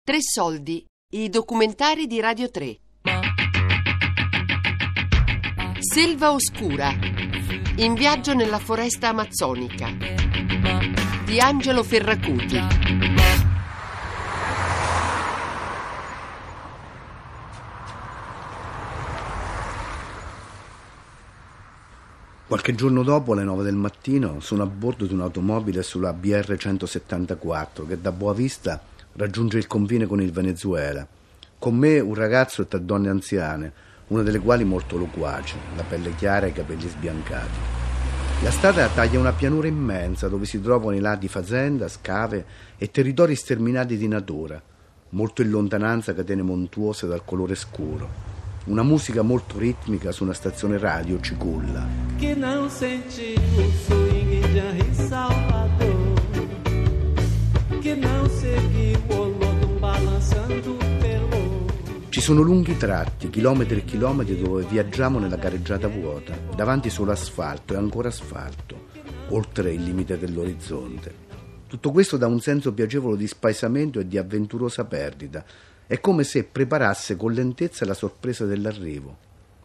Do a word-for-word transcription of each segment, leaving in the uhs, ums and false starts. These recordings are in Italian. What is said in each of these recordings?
Tre soldi, i documentari di Radio tre. Selva oscura, in viaggio nella foresta amazzonica, di Angelo Ferracuti. Qualche giorno dopo, alle nove del mattino, sono a bordo di un'automobile sulla B R centosettantaquattro che da Boavista raggiunge il confine con il Venezuela. Con me un ragazzo e tre donne anziane, una delle quali molto loquace, la pelle chiara e i capelli sbiancati. La strada taglia una pianura immensa dove si trovano i lati fazenda, scave e territori sterminati di natura. Molto in lontananza catene montuose dal colore scuro. Una musica molto ritmica su una stazione radio ci culla. Che non senti il swing di Henry Salvador, che non segui o lodo balançando pelo. Ci sono lunghi tratti, chilometri e chilometri dove viaggiamo nella carreggiata vuota, davanti solo asfalto e ancora asfalto, oltre il limite dell'orizzonte. Tutto questo dà un senso piacevole di spaesamento e di avventurosa perdita. È come se preparasse con lentezza la sorpresa dell'arrivo.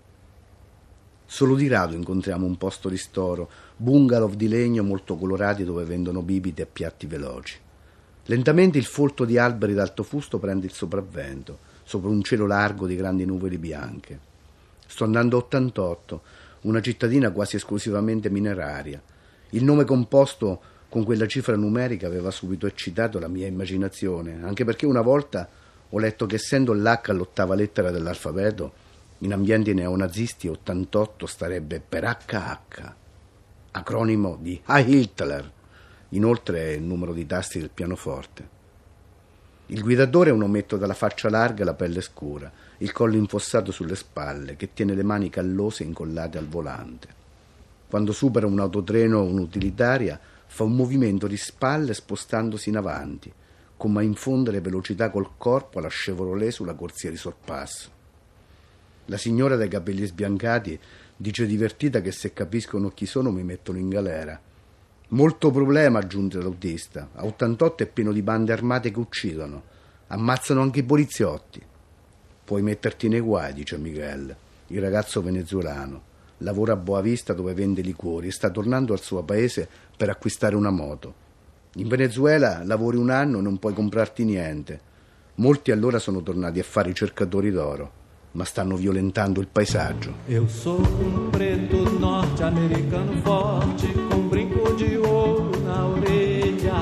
Solo di rado incontriamo un posto ristoro, bungalow di legno molto colorati dove vendono bibite e piatti veloci. Lentamente il folto di alberi d'alto fusto prende il sopravvento, sopra un cielo largo di grandi nuvoli bianche. Sto andando a ottantotto, una cittadina quasi esclusivamente mineraria. Il nome composto con quella cifra numerica aveva subito eccitato la mia immaginazione, anche perché una volta ho letto che essendo l'H all'ottava lettera dell'alfabeto, in ambienti neonazisti ottantotto starebbe per acca acca, acronimo di Heil Hitler. Inoltre è il numero di tasti del pianoforte. Il guidatore è un ometto dalla faccia larga e la pelle scura, il collo infossato sulle spalle, che tiene le mani callose incollate al volante. Quando supera un autotreno o un'utilitaria, fa un movimento di spalle spostandosi in avanti, come a infondere velocità col corpo alla Chevrolet sulla corsia di sorpasso. La signora dai capelli sbiancati dice divertita che se capiscono chi sono mi mettono in galera. Molto problema, aggiunge l'autista. A ottantotto è pieno di bande armate che uccidono. Ammazzano anche i poliziotti. Puoi metterti nei guai, dice Miguel, il ragazzo venezuelano. Lavora a Boavista dove vende liquori e sta tornando al suo paese per acquistare una moto. In Venezuela lavori un anno e non puoi comprarti niente. Molti allora sono tornati a fare i cercatori d'oro, ma stanno violentando il paesaggio. Eu sou um preto norte-americano forte, com brinco de ouro na orelha.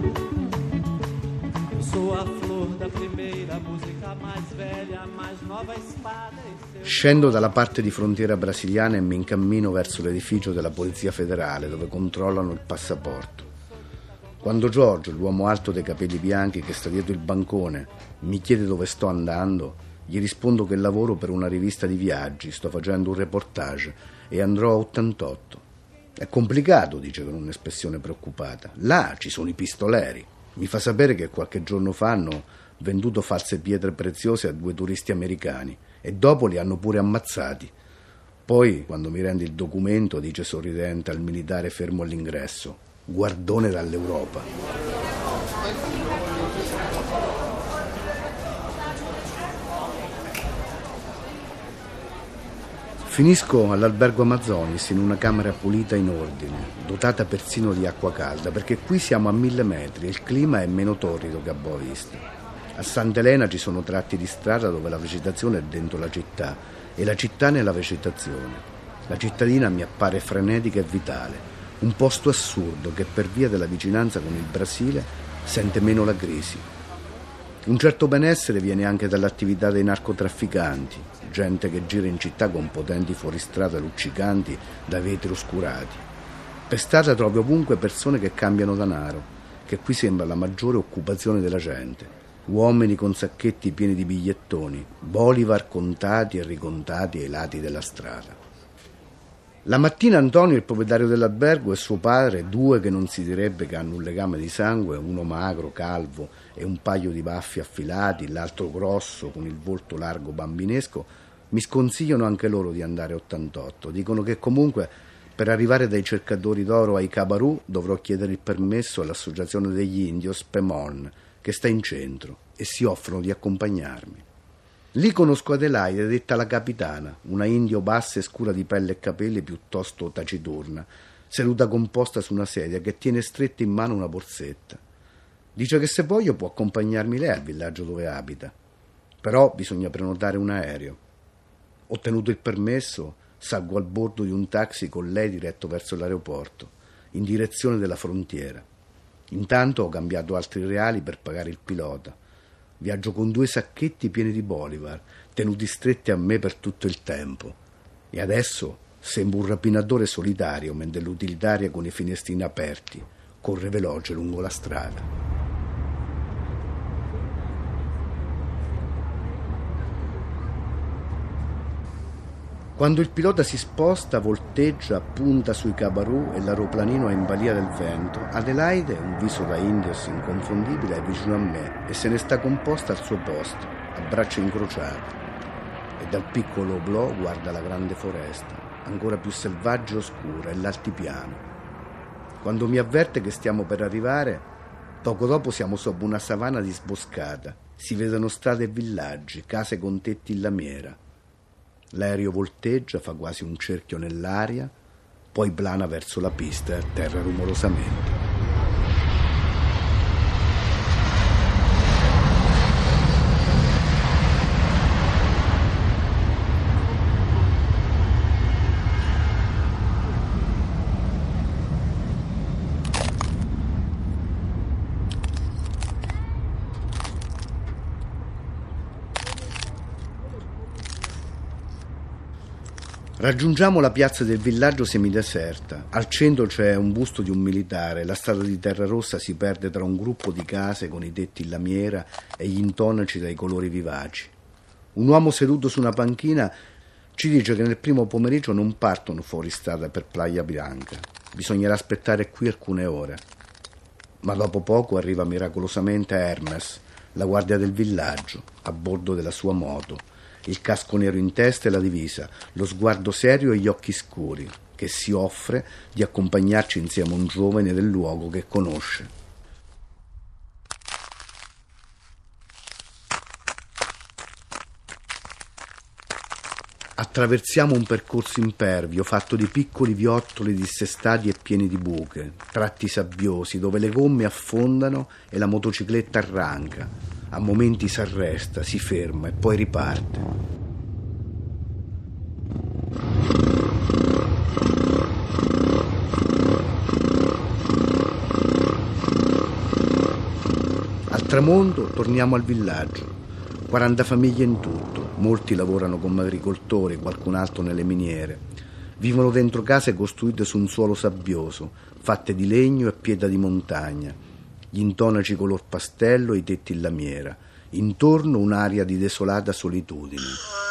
Eu sou a flor da primeira música mais velha, mais nova espada e seu... Scendo dalla parte di frontiera brasiliana e mi incammino verso l'edificio della Polizia Federale, dove controllano il passaporto. Quando Giorgio, l'uomo alto dei capelli bianchi che sta dietro il bancone, mi chiede dove sto andando, gli rispondo che lavoro per una rivista di viaggi, sto facendo un reportage e andrò a ottantotto. È complicato, dice con un'espressione preoccupata. Là ci sono i pistoleri. Mi fa sapere che qualche giorno fa hanno venduto false pietre preziose a due turisti americani e dopo li hanno pure ammazzati. Poi, quando mi rende il documento, dice sorridente al militare fermo all'ingresso: guardone dall'Europa. Finisco all'albergo Amazonis in una camera pulita in ordine, dotata persino di acqua calda, perché qui siamo a mille metri e il clima è meno torrido che a Boavista. A Sant'Elena ci sono tratti di strada dove la vegetazione è dentro la città e la città nella vegetazione. La cittadina mi appare frenetica e vitale. Un posto assurdo che per via della vicinanza con il Brasile sente meno la crisi. Un certo benessere viene anche dall'attività dei narcotrafficanti, gente che gira in città con potenti fuoristrada luccicanti da vetri oscurati. Per strada trovi ovunque persone che cambiano denaro, che qui sembra la maggiore occupazione della gente. Uomini con sacchetti pieni di bigliettoni, bolivar contati e ricontati ai lati della strada. La mattina Antonio, il proprietario dell'albergo, e suo padre, due che non si direbbe che hanno un legame di sangue, uno magro, calvo e un paio di baffi affilati, l'altro grosso con il volto largo bambinesco, mi sconsigliano anche loro di andare a ottantotto. Dicono che comunque per arrivare dai cercatori d'oro ai Cabarù dovrò chiedere il permesso all'associazione degli indios Pemon, che sta in centro, e si offrono di accompagnarmi. Lì conosco Adelaide, detta la capitana, una indio bassa e scura di pelle e capelli piuttosto taciturna, seduta composta su una sedia che tiene stretta in mano una borsetta. Dice che se voglio può accompagnarmi lei al villaggio dove abita, però bisogna prenotare un aereo. Ottenuto il permesso, salgo al bordo di un taxi con lei diretto verso l'aeroporto, in direzione della frontiera. Intanto ho cambiato altri reali per pagare il pilota. Viaggio con due sacchetti pieni di bolivar, tenuti stretti a me per tutto il tempo. E adesso sembro un rapinatore solitario mentre l'utilitaria con i finestrini aperti corre veloce lungo la strada. Quando il pilota si sposta, volteggia, punta sui cabarù e l'aeroplanino è in balia del vento, Adelaide, un viso da indios inconfondibile, è vicino a me e se ne sta composta al suo posto, a braccia incrociate. E dal piccolo oblò guarda la grande foresta, ancora più selvaggia e oscura, e l'altipiano. Quando mi avverte che stiamo per arrivare, poco dopo siamo sopra una savana disboscata. Si vedono strade e villaggi, case con tetti in lamiera. L'aereo volteggia, fa quasi un cerchio nell'aria, poi plana verso la pista e atterra rumorosamente. Raggiungiamo la piazza del villaggio semideserta. Al centro c'è un busto di un militare. La strada di terra rossa si perde tra un gruppo di case con i tetti in lamiera e gli intonaci dai colori vivaci. Un uomo seduto su una panchina ci dice che nel primo pomeriggio non partono fuori strada per Playa Bianca. Bisognerà aspettare qui alcune ore. Ma dopo poco arriva miracolosamente Hermes, la guardia del villaggio, a bordo della sua moto. Il casco nero in testa e la divisa, lo sguardo serio e gli occhi scuri, che si offre di accompagnarci insieme a un giovane del luogo che conosce. Attraversiamo un percorso impervio fatto di piccoli viottoli dissestati e pieni di buche, tratti sabbiosi dove le gomme affondano e la motocicletta arranca. A momenti si arresta, si ferma e poi riparte. Al tramonto torniamo al villaggio. quaranta famiglie in tutto, molti lavorano come agricoltori, qualcun altro nelle miniere. Vivono dentro case costruite su un suolo sabbioso, fatte di legno e pietra di montagna. Gli intonaci color pastello e i tetti in lamiera. Intorno un'aria di desolata solitudine.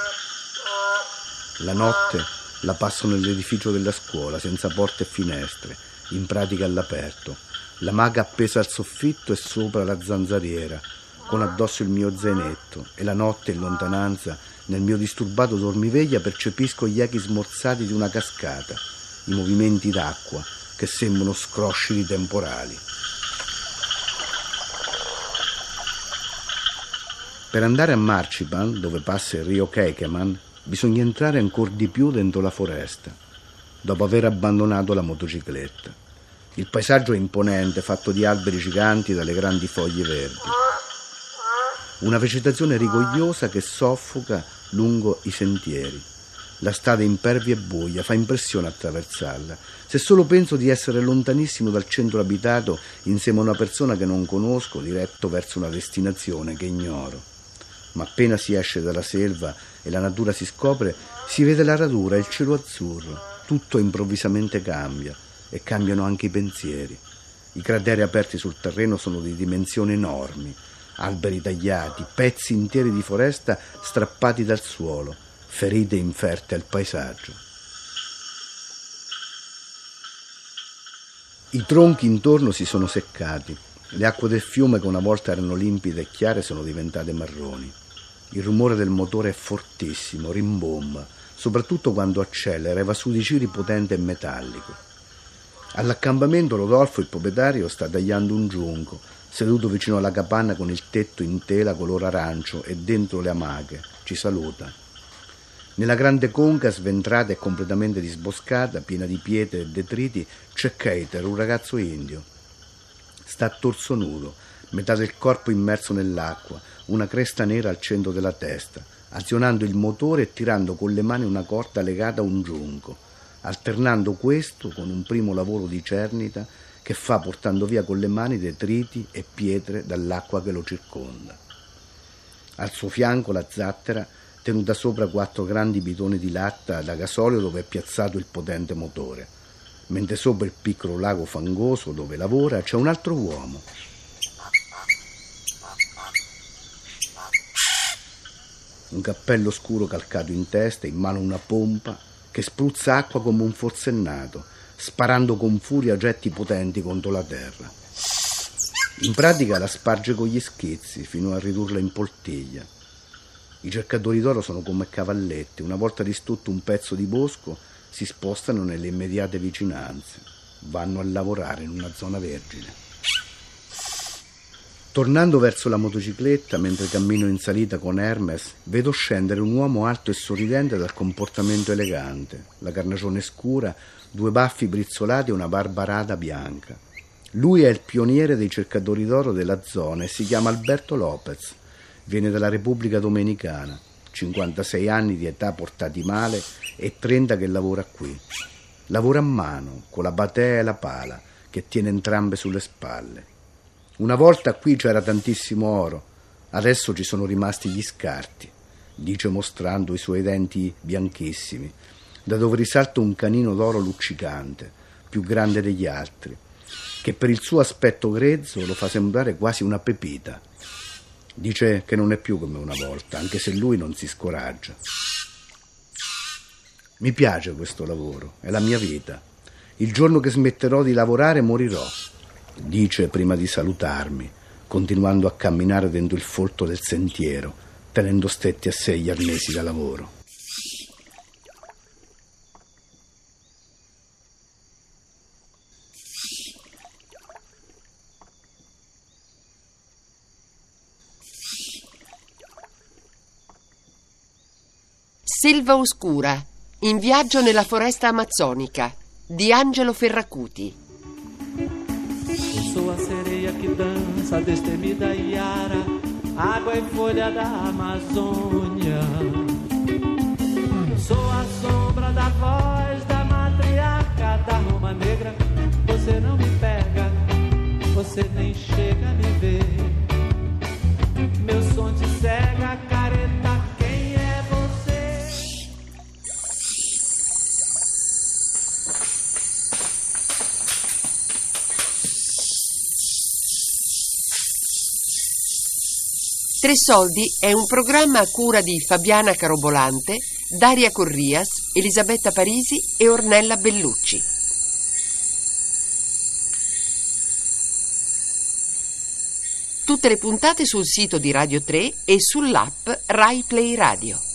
La notte la passo nell'edificio della scuola, senza porte e finestre, in pratica all'aperto. La maga appesa al soffitto e sopra la zanzariera, con addosso il mio zainetto, e la notte in lontananza, nel mio disturbato dormiveglia, percepisco gli echi smorzati di una cascata, i movimenti d'acqua che sembrano scrosci temporali. Per andare a Marchipane, dove passa il rio Kekeman, bisogna entrare ancora di più dentro la foresta, dopo aver abbandonato la motocicletta. Il paesaggio è imponente, fatto di alberi giganti dalle grandi foglie verdi. Una vegetazione rigogliosa che soffoca lungo i sentieri. La strada impervia e buia, fa impressione attraversarla. Se solo penso di essere lontanissimo dal centro abitato, insieme a una persona che non conosco, diretto verso una destinazione che ignoro. Ma appena si esce dalla selva e la natura si scopre, si vede la radura e il cielo azzurro. Tutto improvvisamente cambia e cambiano anche i pensieri. I crateri aperti sul terreno sono di dimensioni enormi, alberi tagliati, pezzi interi di foresta strappati dal suolo, ferite inferte al paesaggio. I tronchi intorno si sono seccati. Le acque del fiume, che una volta erano limpide e chiare, sono diventate marroni. Il rumore del motore è fortissimo, rimbomba, soprattutto quando accelera e va su di giri potente e metallico. All'accampamento Rodolfo, il proprietario, sta tagliando un giunco, seduto vicino alla capanna con il tetto in tela color arancio e dentro le amache, ci saluta. Nella grande conca sventrata e completamente disboscata, piena di pietre e detriti, c'è Keiter, un ragazzo indio. Sta a torso nudo, metà del corpo immerso nell'acqua, una cresta nera al centro della testa, azionando il motore e tirando con le mani una corda legata a un giunco, alternando questo con un primo lavoro di cernita che fa portando via con le mani detriti e pietre dall'acqua che lo circonda. Al suo fianco la zattera, tenuta sopra quattro grandi bidoni di latta da gasolio dove è piazzato il potente motore, mentre sopra il piccolo lago fangoso dove lavora c'è un altro uomo. Un cappello scuro calcato in testa, in mano una pompa che spruzza acqua come un forsennato, sparando con furia getti potenti contro la terra. In pratica la sparge con gli schizzi fino a ridurla in poltiglia. I cercatori d'oro sono come cavalletti, una volta distrutto un pezzo di bosco si spostano nelle immediate vicinanze, vanno a lavorare in una zona vergine. Tornando verso la motocicletta, mentre cammino in salita con Hermes, vedo scendere un uomo alto e sorridente dal comportamento elegante, la carnagione scura, due baffi brizzolati e una barba rada bianca. Lui è il pioniere dei cercatori d'oro della zona e si chiama Alberto Lopez. Viene dalla Repubblica Dominicana, cinquantasei anni di età portati male e trenta che lavora qui. Lavora a mano, con la batea e la pala, che tiene entrambe sulle spalle. Una volta qui c'era tantissimo oro, adesso ci sono rimasti gli scarti, dice mostrando i suoi denti bianchissimi, da dove risalta un canino d'oro luccicante, più grande degli altri, che per il suo aspetto grezzo lo fa sembrare quasi una pepita. Dice che non è più come una volta, anche se lui non si scoraggia. Mi piace questo lavoro, è la mia vita. Il giorno che smetterò di lavorare morirò, dice prima di salutarmi, continuando a camminare dentro il folto del sentiero, tenendo stretti a sé gli arnesi da lavoro. Selva oscura, in viaggio nella foresta amazzonica, di Angelo Ferracuti. Eu sou a sereia que dança, destemida iara, água e folha da Amazônia. Sou a sombra da voz da matriarca da Roma Negra. Você não me pega, você nem chega a me ver. Meu som te cega, careta, quem é você? Tre Soldi è un programma a cura di Fabiana Carobolante, Daria Corrias, Elisabetta Parisi e Ornella Bellucci. Tutte le puntate sul sito di Radio tre e sull'app Rai Play Radio.